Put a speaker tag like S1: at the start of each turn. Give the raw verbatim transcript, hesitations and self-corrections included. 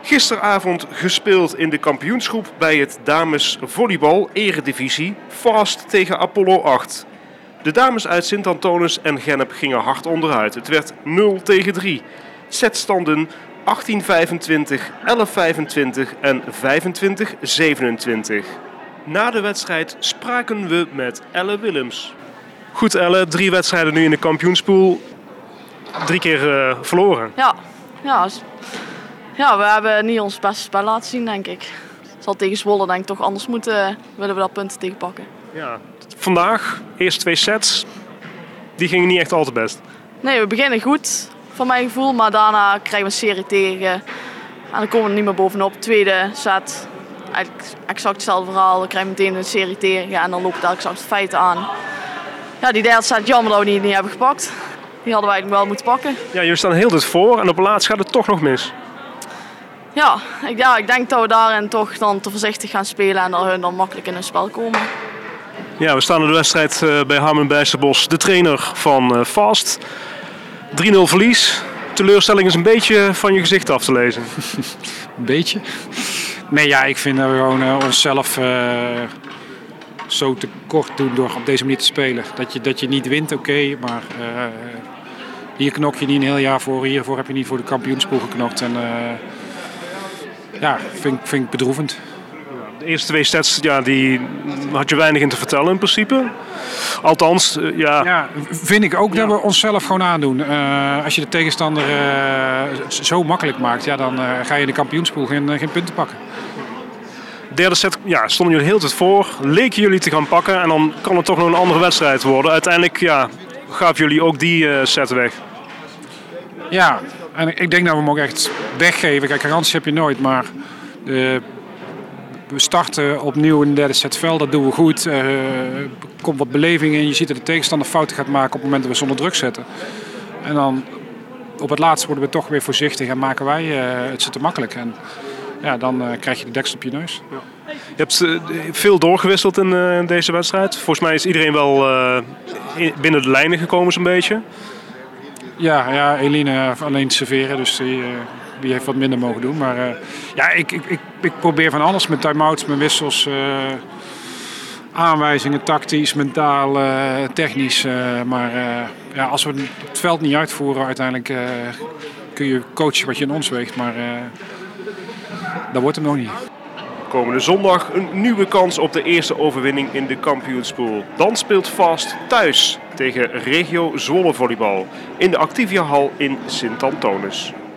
S1: Gisteravond gespeeld in de kampioensgroep bij het damesvolleybal eredivisie Fast tegen Apollo acht. De dames uit Sint-Antonis en Gennep gingen hard onderuit. Het werd nul tegen drie. Setstanden achttien vijfentwintig, elf vijfentwintig en vijfentwintig zevenentwintig. Na de wedstrijd spraken we met Elle Willems. Goed Elle, drie wedstrijden nu in de kampioenspool. Drie keer uh, verloren.
S2: Ja, ja, ja, we hebben niet ons beste spel laten zien, denk ik. Het zal tegen Zwolle denk ik toch anders moeten, willen we dat punten tegenpakken.
S1: Ja, vandaag, eerst twee sets, die gingen niet echt al te best.
S2: Nee, we beginnen goed, voor mijn gevoel, maar daarna krijgen we een serie tegen. En dan komen we er niet meer bovenop. Tweede set, eigenlijk exact hetzelfde verhaal. Dan krijgen we meteen een serie tegen en dan loopt het exact de feiten aan. Ja, die derde set, jammer dat we die niet hebben gepakt. Die hadden we eigenlijk wel moeten pakken.
S1: Ja, jullie staan heel dit voor en op het laatst gaat het toch nog mis.
S2: Ja ik, ja, ik denk dat we daarin toch dan te voorzichtig gaan spelen en dat hun dan makkelijk in hun spel komen.
S1: Ja, we staan in de wedstrijd bij Harmen Bijsterbos, de trainer van uh, Fast. drie nul verlies. Teleurstelling is een beetje van je gezicht af te lezen.
S3: Een beetje? Nee, ja, ik vind dat we gewoon uh, onszelf uh, zo tekort doen door op deze manier te spelen. Dat je, dat je niet wint, oké, okay, maar uh, hier knok je niet een heel jaar voor. Hiervoor heb je niet voor de kampioenspool geknokt. En, uh, ja, vind, vind ik bedroevend.
S1: De eerste twee sets, ja, die had je weinig in te vertellen in principe. Althans, uh, ja...
S3: Ja, vind ik ook ja. dat we onszelf gewoon aandoen. Uh, als je de tegenstander uh, zo makkelijk maakt, ja, dan uh, ga je in de kampioenspool geen, uh, geen punten pakken.
S1: Derde set, ja, stonden jullie heel tijd voor. Leken jullie te gaan pakken en dan kan het toch nog een andere wedstrijd worden. Uiteindelijk, ja, gaven jullie ook die uh, set weg.
S3: Ja, en ik denk dat we hem ook echt weggeven. Kijk, garanties heb je nooit, maar... Uh, We starten opnieuw in de derde set fel, dat doen we goed. Er uh, komt wat beleving in. Je ziet dat de tegenstander fouten gaat maken op het moment dat we ze onder druk zetten. En dan op het laatst worden we toch weer voorzichtig en maken wij uh, het ze te makkelijk. En ja, dan uh, krijg je de deksel op je neus. Ja.
S1: Je hebt uh, veel doorgewisseld in, uh, in deze wedstrijd. Volgens mij is iedereen wel uh, in, binnen de lijnen gekomen zo'n beetje.
S3: Ja, ja, Eline alleen serveren, dus die... Uh, Die heeft wat minder mogen doen. Maar uh, ja, ik, ik, ik, ik probeer van alles met time-outs, met wissels, uh, aanwijzingen, tactisch, mentaal, uh, technisch. Uh, maar uh, ja, als we het veld niet uitvoeren, uiteindelijk uh, kun je coachen wat je in ons weegt. Maar uh, dat wordt hem nog niet.
S1: Komende zondag een nieuwe kans op de eerste overwinning in de kampioenspool. Dan speelt Fast thuis tegen Regio Zwolle Volleybal in de Activia Hal in Sint-Antonis.